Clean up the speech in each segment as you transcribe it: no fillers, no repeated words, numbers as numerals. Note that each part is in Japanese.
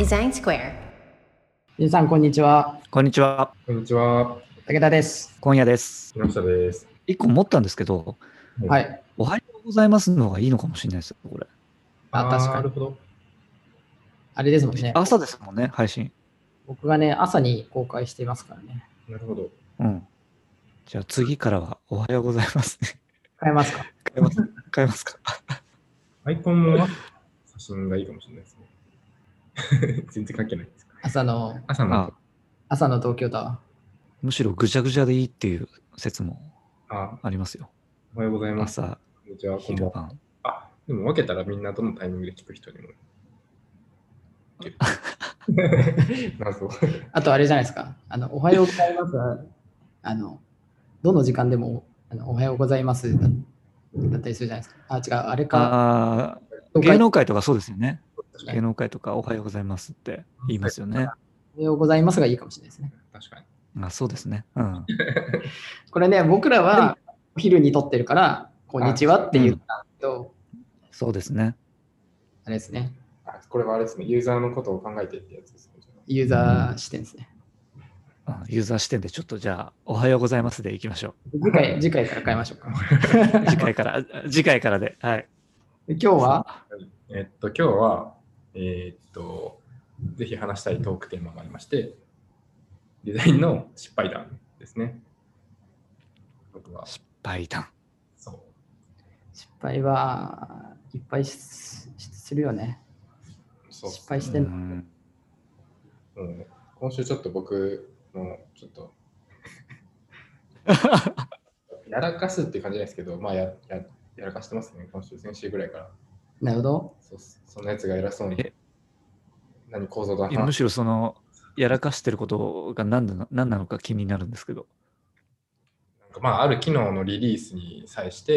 Design Square。 皆さん、こんにちは。 こんにちは。 こんにちは。 武田です。 今夜です。 木下です。 一個思ったんですけど、 はい。 おはようございますの方がいいのかもしれないですよ、これ。 確かに。 なるほど。 あれですもんね。 朝ですもんね、配信。 僕がね、朝に公開していますからね。 なるほど。 うん。じゃあ次からはおはようございますね。 変えますか？ 変えますか。 アイコンも写真がいいかもしれないですね。全然関係ないですか。 朝の東京タワむしろぐちゃぐちゃでいいっていう説もあありますよ。 おはようございます。 朝、 こんにちは。 昼晩。 でも分けたらみんなどのタイミングで聞く人にも。謎。 ー。あとあれじゃないですか。おはようございますは、どの時間でもおはようございますだったりするじゃないですか。あ、違う、あれか。 芸能界とかそうですよね。 確かに芸能界とかおはようございますって言いますよね。 おはようございますがいいかもしれないですね。 確かに。 そうですね。うん。 これね、僕らはお昼に撮ってるから、こんにちはって言ったけど、 そうですね。 あれですね。 これはあれですね。ユーザーのことを考えてってやつですね。 ユーザー視点ですね。 ユーザー視点でちょっとじゃあ、おはようございますでいきましょう。 次回から変えましょうか。 次回からで。はい。 今日は今日は、ぜひ話したいトークテーマがありまして、デザインの失敗談ですね。僕は。 失敗談。 そう。 失敗はいっぱいするよね。 そう失敗してんの。 今週ちょっと僕のちょっとやらかすっていう感じじゃないですけど、まあやらかしてますね、先週ぐらいから。 なるほど。 そのやつが偉そうに。何構造だむしろその、やらかしてることが何なのか気になるんですけど。 なんかまあ、ある機能のリリースに際して、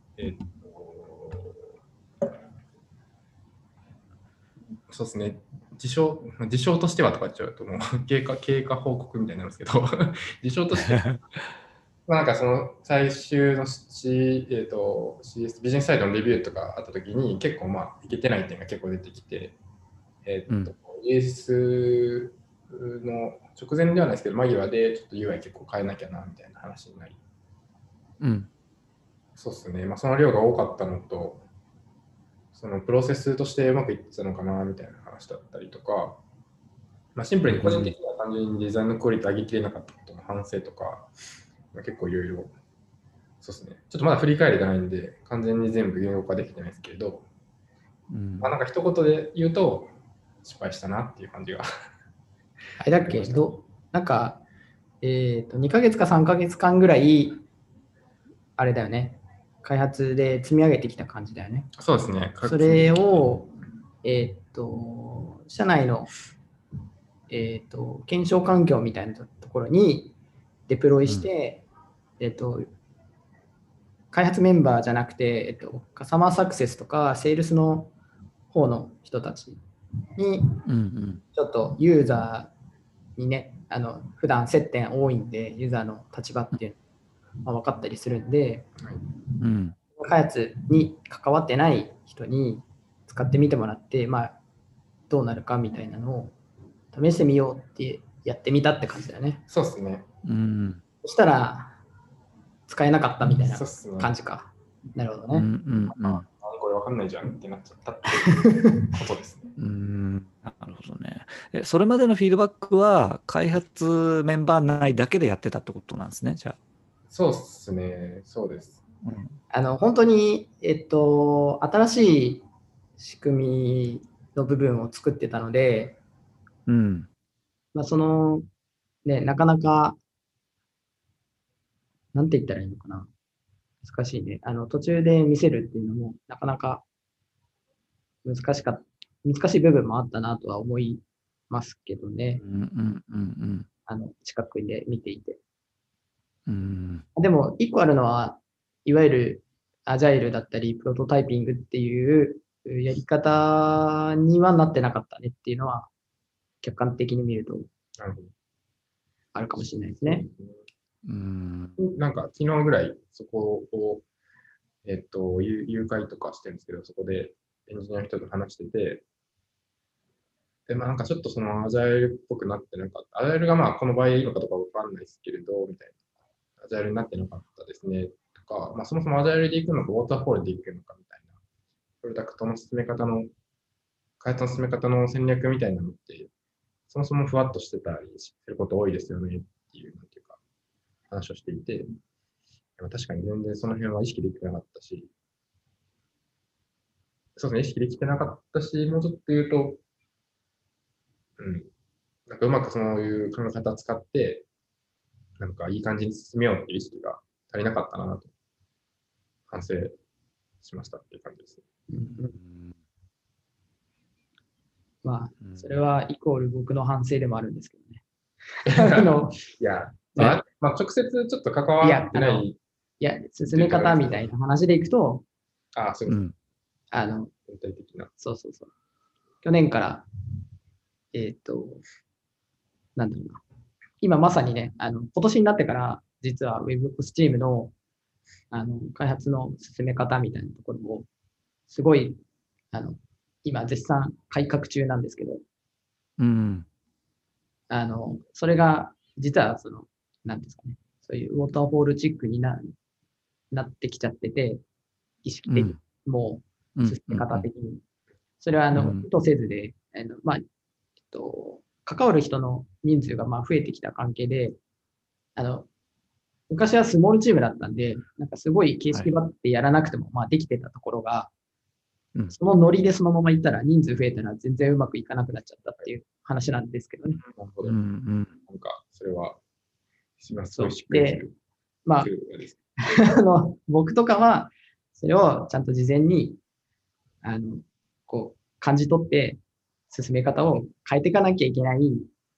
そうですね、事象としてはとか言っちゃうと、もう経過報告みたいになるんですけど、事象としては、なんかその最終の、CS ビジネスサイドのレビューとかあったときに、結構まあ、いけてない点が結構出てきて、ES の直前ではないですけど、間際でちょっと UI 結構変えなきゃなみたいな話になり、そうですね、まあ、その量が多かったのと、そのプロセスとしてうまくいってたのかなみたいな話だったりとか、まあ、シンプルに個人的には単純にデザインのクオリティ上げきれなかったことの反省とか、まあ、結構いろいろ、そうですね、ちょっとまだ振り返りがないんで、完全に全部言語化できてないですけれど、まあ、なんか一言で言うと、失敗したなっていう感じが。 あれだっけなんか、2ヶ月か3ヶ月間ぐらい、あれだよね。開発で積み上げてきた感じだよね。 そうですね。 それを、社内の、検証環境みたいなところにデプロイして、開発メンバーじゃなくて、カスタマーサクセスとか、セールスの方の人たちに、ちょっとユーザーにね、普段接点多いんで、ユーザーの立場っていうのが分かったりするんで、開発に関わってない人に使ってみてもらって、まあ、どうなるかみたいなのを試してみようってやってみたって感じだよね。 そうですね。 そしたら、使えなかったみたいな感じか。なるほどね。 これわかんないじゃんってなっちゃったってことですね。 なるほどね。それまでのフィードバックは開発メンバー内だけでやってたってことなんですね、じゃあ。 そうですね、そうです。 本当に、新しい仕組みの部分を作ってたので、まあ、その、ね、なかなか、なんて言ったらいいのかな。難しいね。途中で見せるっていうのも、なかなか難しい部分もあったなとは思いますけどね。近くで見ていて。でも、一個あるのは、いわゆるアジャイルだったり、プロトタイピングっていうやり方にはなってなかったねっていうのは、客観的に見ると、あるかもしれないですね。 なんか、昨日ぐらい、そこを、誘拐とかしてるんですけど、そこでエンジニアの人と話してて、 で、まあなんかちょっとそのアジャイルっぽくなってなかった。アジャイルがまあこの場合いいのかどうかわかんないですけれど、みたいな。アジャイルになってなかったですね。とか、まあそもそもアジャイルで行くのか、ウォーターフォールで行くのかみたいな。プロダクトの進め方の、開発の進め方の戦略みたいなのって、そもそもふわっとしてたりすること多いですよねっていう、なんていうか、話をしていて、確かに全然その辺は意識できてなかったし、そうですね、意識できてなかったし、もうちょっと言うと、なんかうまくそういう考え方を使って、なんかいい感じに進めようっていう意識が足りなかったなと、反省しましたっていう感じですね。 まあ、それはイコール僕の反省でもあるんですけどね。 いや、まあ、直接ちょっと関わってない。 いや、進め方みたいな話でいくと、 そうです。 全体的な。そう。去年から、なんだろうな。今まさにね、今年になってから、実は WebOps チームの、開発の進め方みたいなところを、すごい、今絶賛改革中なんですけど、それが、実はなんですかね、そういうウォーターフォールチックになってきちゃってて、意識的に、もう、進め方的に。それは、意図せずで、まあ、関わる人の人数がまあ増えてきた関係で、昔はスモールチームだったんで、なんかすごい形式ばってやらなくてもまあできてたところが、そのノリでそのままいったら人数増えたら全然うまくいかなくなっちゃったっていう話なんですけどね。 なるほど。なんか、それは、 そうで、まあ、僕とかは、それをちゃんと事前に、こう、感じ取って、進め方を変えていかなきゃいけない、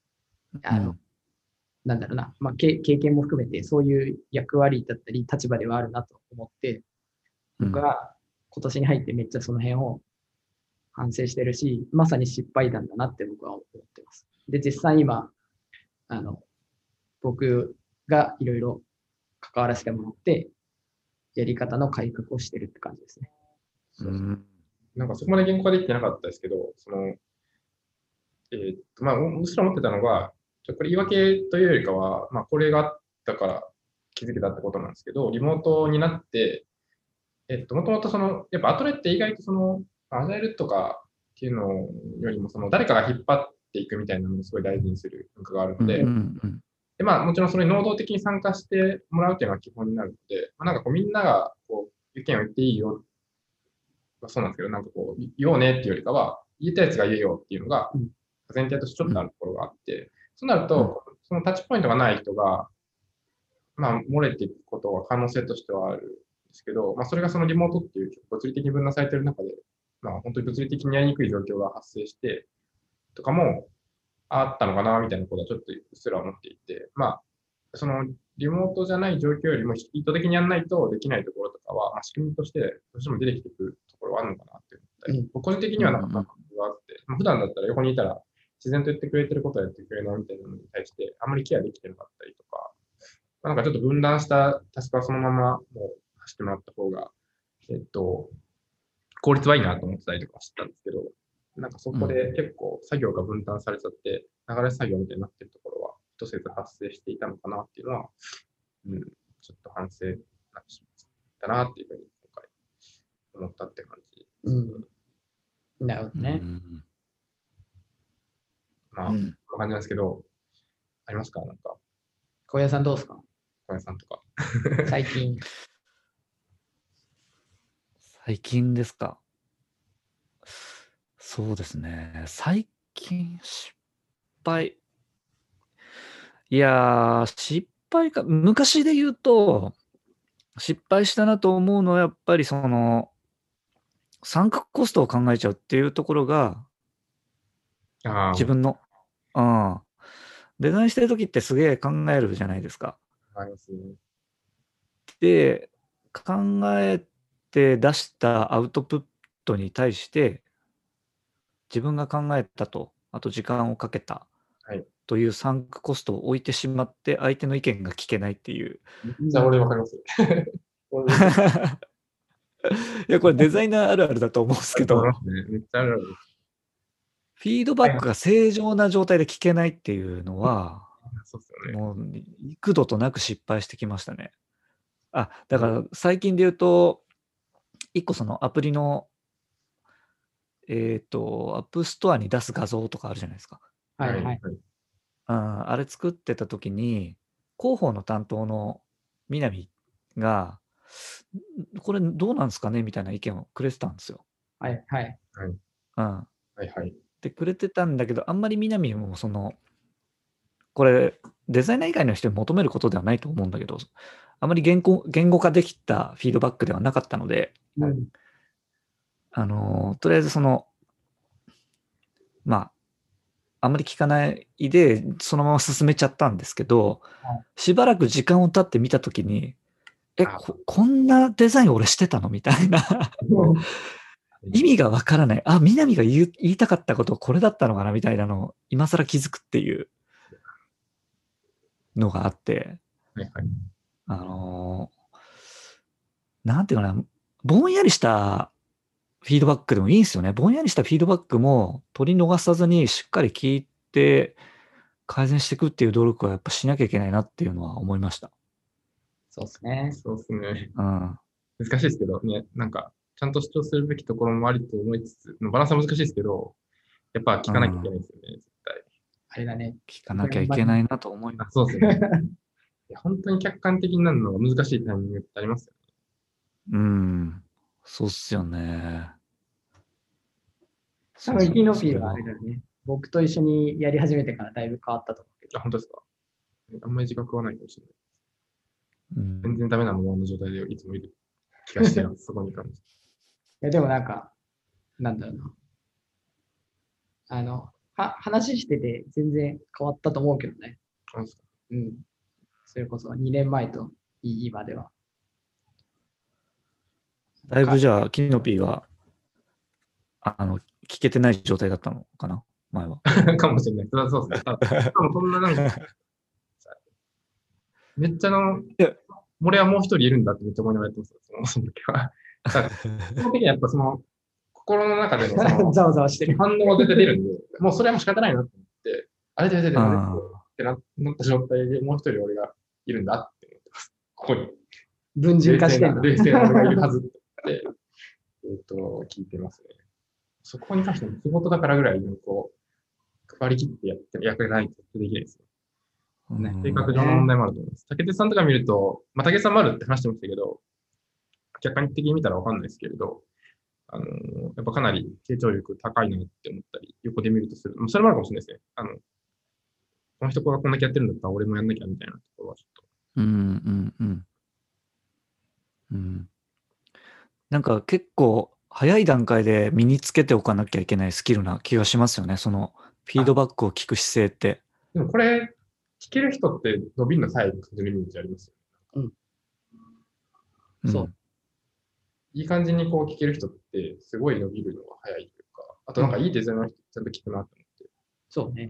なんだろうな、まあ、経験も含めて、そういう役割だったり、立場ではあるなと思って、僕は今年に入ってめっちゃその辺を反省してるし、まさに失敗談だなって僕は思ってます。で、実際今、僕がいろいろ関わらせてもらって、やり方の改革をしてるって感じですね。 なんかそこまで言語化できてなかったですけど、まあ、むしろ思ってたのが、これ言い訳というよりかは、まあ、これがあったから気づけたってことなんですけど、リモートになって、もともとやっぱアトレって意外とアジャイルとかっていうのよりも、誰かが引っ張っていくみたいなのをすごい大事にする文化があるので、で、まあ、もちろんそれに能動的に参加してもらうっていうのは基本になるので、まあ、なんかこうみんながこう意見を言っていいよ、そうなんですけど、なんかこう、言おうねっていうよりかは、言いたいやつが言えよっていうのが、全体としてちょっとあるところがあって、そうなると、そのタッチポイントがない人が、まあ、漏れていくことは可能性としてはあるんですけど、まあ、それがそのリモートっていう物理的に分断されている中で、まあ、本当に物理的にやりにくい状況が発生して、とかもあったのかな、みたいなことはちょっとうっすら思っていて、まあ、リモートじゃない状況よりも意図的にやらないとできないところとかは、まあ、仕組みとしてどうしても出てきてくるところはあるのかなって思ったり、個人的にはなんか感覚があって、まあ、普段だったら横にいたら自然と言ってくれてることはやってくれないみたいなのに対してあまりケアできてなかったりとか、まあ、なんかちょっと分断したタスクはそのままもう走ってもらった方が、効率はいいなと思ってたりとかしてたんですけど、なんかそこで結構作業が分担されちゃって、流れ作業みたいになってるところは、意図せず発生していたのかなっていうのは、ちょっと反省だなっていうふうに今回思ったって感じですね。 なるほどね。 まあ、こんな感じなんですけど、ありますかなんか。 小屋さんどうですか小屋さんとか。 最近。 最近ですか。そうですね。最近失敗。いやー、失敗か。昔で言うと、失敗したなと思うのは、やっぱりサンクコストを考えちゃうっていうところが、自分の、デザインしてる時ってすげえ考えるじゃないですか。 ありますね。 で、考えて出したアウトプットに対して、自分が考えたと、あと時間をかけたというサンクコストを置いてしまって、相手の意見が聞けないっていう。 じゃあ俺わかります。 いや、これデザイナーあるあるだと思うんですけど。 めっちゃあるあるです。 フィードバックが正常な状態で聞けないっていうのは、 そうですよね。 もう幾度となく失敗してきましたね。だから最近で言うと、一個そのアプリの、アップストアに出す画像とかあるじゃないですか。 はいはい。 あれ作ってた時に、広報の担当の南が、これどうなんですかねみたいな意見をくれてたんですよ。 はいはい。 はいはい。 で、くれてたんだけど、あんまり南もこれ、デザイナー以外の人に求めることではないと思うんだけど、あまり言語化できたフィードバックではなかったので、とりあえずまあんまり聞かないで、そのまま進めちゃったんですけど、しばらく時間を経って見たときに、こんなデザイン俺してたのみたいな意味がわからない。南が言いたかったことこれだったのかなみたいなのを今更気づくっていうのがあって、なんていうかな、ぼんやりしたフィードバックでもいいんですよね。ぼんやりしたフィードバックも取り逃さずにしっかり聞いて改善していくっていう努力はやっぱしなきゃいけないなっていうのは思いました。 そうですね。 そうですね。難しいですけどね、なんか、ちゃんと主張するべきところもありと思いつつ、バランスは難しいですけど、やっぱ聞かなきゃいけないですよね、絶対。 あれだね。 聞かなきゃいけないなと思います。 そうですね。いや本当に客観的になるのが難しいタイミングってありますよね。 そうっすよね。 多分、キノピーはあれだよね。僕と一緒にやり始めてからだいぶ変わったと思うけど。 本当ですか？あんまり自覚はないかもしれない。全然ダメなままの状態でいつもいる気がしてます、そこに関して。 いや、でもなんか、なんだろうな。話してて全然変わったと思うけどね。それこそ2年前と今では。 だいぶじゃあ、キノピーは、聞けてない状態だったのかな前は。 かもしれない。そうですね。多分そんななんか、めっちゃ俺はもう一人いるんだってめっちゃ思いながらやってます。その時は。基本的にはやっぱ心の中でのざわざわしてる反応が絶対出るんで、もうそれはもう仕方ないなって思って、あれでってなった状態でもう一人俺がいるんだって思ってます。ここに。 文人化してる。 冷静な俺がいるはずって聞いてますね。そこに関しても仕事だからぐらい、配り切ってやってないとできないですよ。性格上の問題もあると思います。竹手さんとか見ると、竹手さんもあるって話してましたけど、客観的に見たらわかんないですけれど、やっぱかなり成長力高いなって思ったり、横で見るとする。それもあるかもしれないですね。この人がこんだけやってるんだったら俺もやんなきゃみたいなところはちょっと。 なんか結構早い段階で身につけておかなきゃいけないスキルな気がしますよね。そのフィードバックを聞く姿勢って。 でもこれ、聞ける人って伸びるの早い感じのイメージありますよね。そう。いい感じに聞ける人ってすごい伸びるのが早いというか、あとなんかいいデザインの人ちゃんと聞くなと思って。 そうね。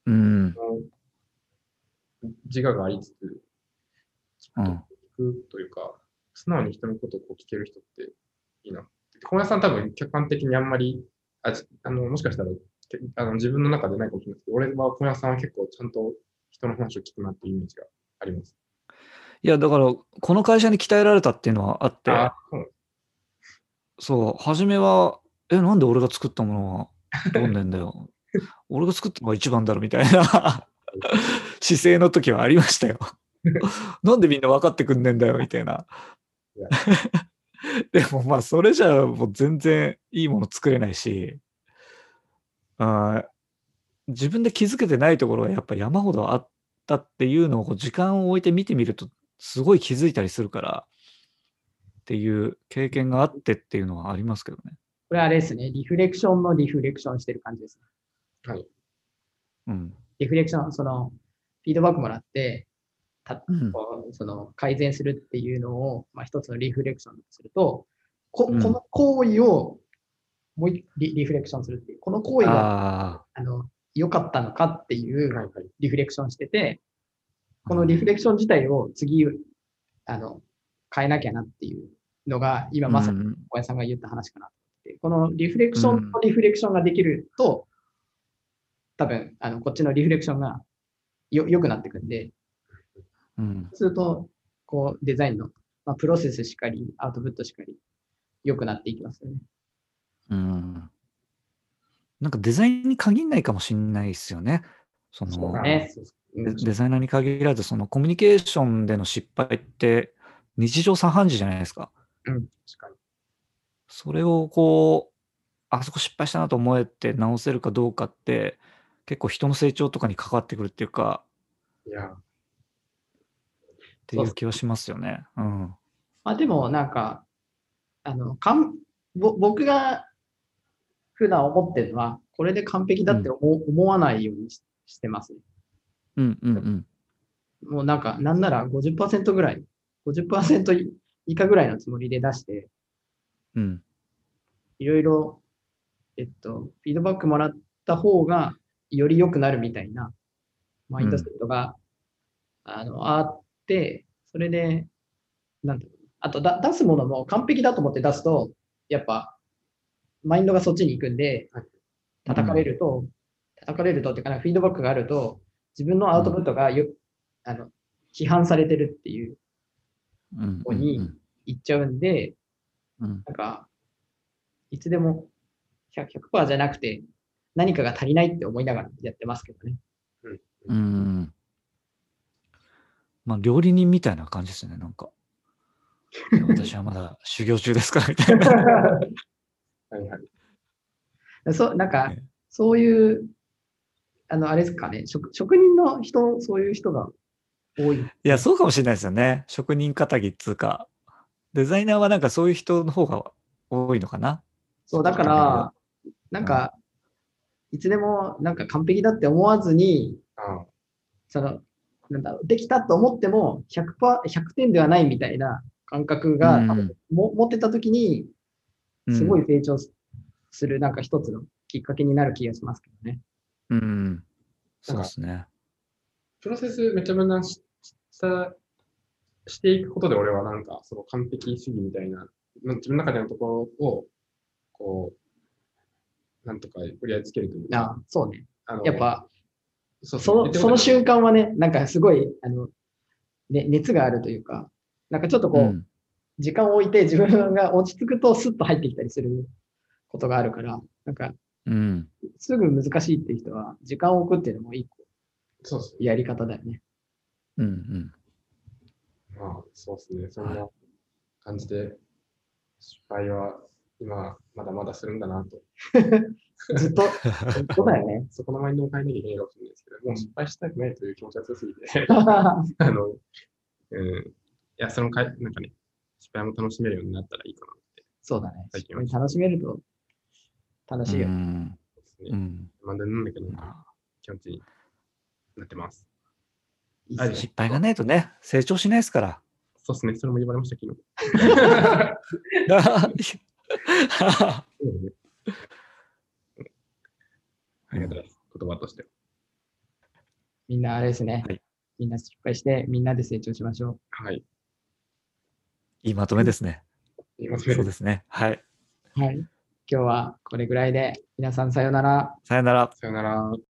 自我がありつつ、聞くというか、素直に人のことを聞ける人っていいな。小林さん多分客観的にあんまり、もしかしたら自分の中でないかもしれないですけど、俺は小林さんは結構ちゃんと人の話を聞くなっていうイメージがあります。 いや、だから、この会社に鍛えられたっていうのはあって、そう、初めは、なんで俺が作ったものはどんねんだよ。俺が作ったのが一番だろみたいな姿勢の時はありましたよ。なんでみんな分かってくんねんだよみたいな。でもまあそれじゃもう全然いいもの作れないし、自分で気づけてないところがやっぱ山ほどあったっていうのを時間を置いて見てみるとすごい気づいたりするからっていう経験があってっていうのはありますけどね。 これあれですね。リフレクションのリフレクションしてる感じですね。 はい。 リフレクション、フィードバックもらって、改善するっていうのを、一つのリフレクションとすると、この行為をもうリフレクションするっていう、この行為が良かったのかっていうリフレクションしてて、このリフレクション自体を次変えなきゃなっていうのが、今まさに小林さんが言った話かなって。このリフレクションとリフレクションができると、 多分こっちのリフレクションが良くなっていくんで、 うん。 そうすると、こう、デザインの、プロセスしかり、アウトプットしかり、良くなっていきますよね。 なんかデザインに限らないかもしれないですよね。そのそうね。 デザイナーに限らず、そのコミュニケーションでの失敗って日常茶飯事じゃないですか。 うん。 確かに。 それをこう、あそこ失敗したなと思えて直せるかどうかって、結構人の成長とかに関わってくるっていうか、 いや、 っていう気はしますよね。うん。 でも、なんか、僕が普段思ってるのは、これで完璧だって思わないようにしてますね。 うんうんうん。 もうなんか、なんなら50%ぐらい、50%以下ぐらいのつもりで出して、 うん。 いろいろ、フィードバックもらった方がより良くなるみたいなマインドセットが、あって、それで、なんていうの、あと出すものも完璧だと思って出すと、やっぱ、マインドがそっちに行くんで、叩かれるとっていうかな、フィードバックがあると、自分のアウトプットが批判されてるっていう方に行っちゃうんで、なんか、いつでも 100% じゃなくて、何かが足りないって思いながらやってますけどね。 料理人みたいな感じですね、なんか。私はまだ修行中ですから、みたいな。 はいはい。 なんか、そういう、あれですかね、職人の人、そういう人が多い。 いや、そうかもしれないですよね。職人かたぎっつうか。デザイナーはなんかそういう人の方が多いのかな。 そう、だから、なんか、いつでもなんか完璧だって思わずに、なんだろう、できたと思っても100点ではないみたいな感覚が、持ってたときに、すごい成長する、なんか一つのきっかけになる気がしますけどね。 そうですね。 プロセスめちゃめちゃしていくことで、俺はなんか、その完璧主義みたいな、自分の中でのところを、こう、なんとか折り合いつけるというか。 そうね。やっぱ、 その瞬間はね、なんかすごい、熱があるというか、なんかちょっとこう、時間を置いて自分が落ち着くとスッと入ってきたりすることがあるから、なんか、すぐ難しいっていう人は、時間を置くっていうのも一個、やり方だよね。 そうですね。そんな感じで、失敗は今、まだまだするんだなと。 ずっと、そうだよね。 そこのマインドを変えなきゃいけないかもしれないですけど、もう失敗したくないという気持ちが強すぎて、いや、なんかね、失敗も楽しめるようになったらいいかなって。 そうだね。楽しめると楽しいよ。 まだなんだけど、気持ちになってます。 失敗がないとね、成長しないですから。 そうですね、それも言われました、昨日。ありがとうございます。言葉として。 みんなあれですね。みんな失敗して、みんなで成長しましょう。 はい。 いいまとめですね。 いいまとめそうですね。はい。 はい。今日はこれぐらいで、皆さんさようなら。 さようなら。 さようなら。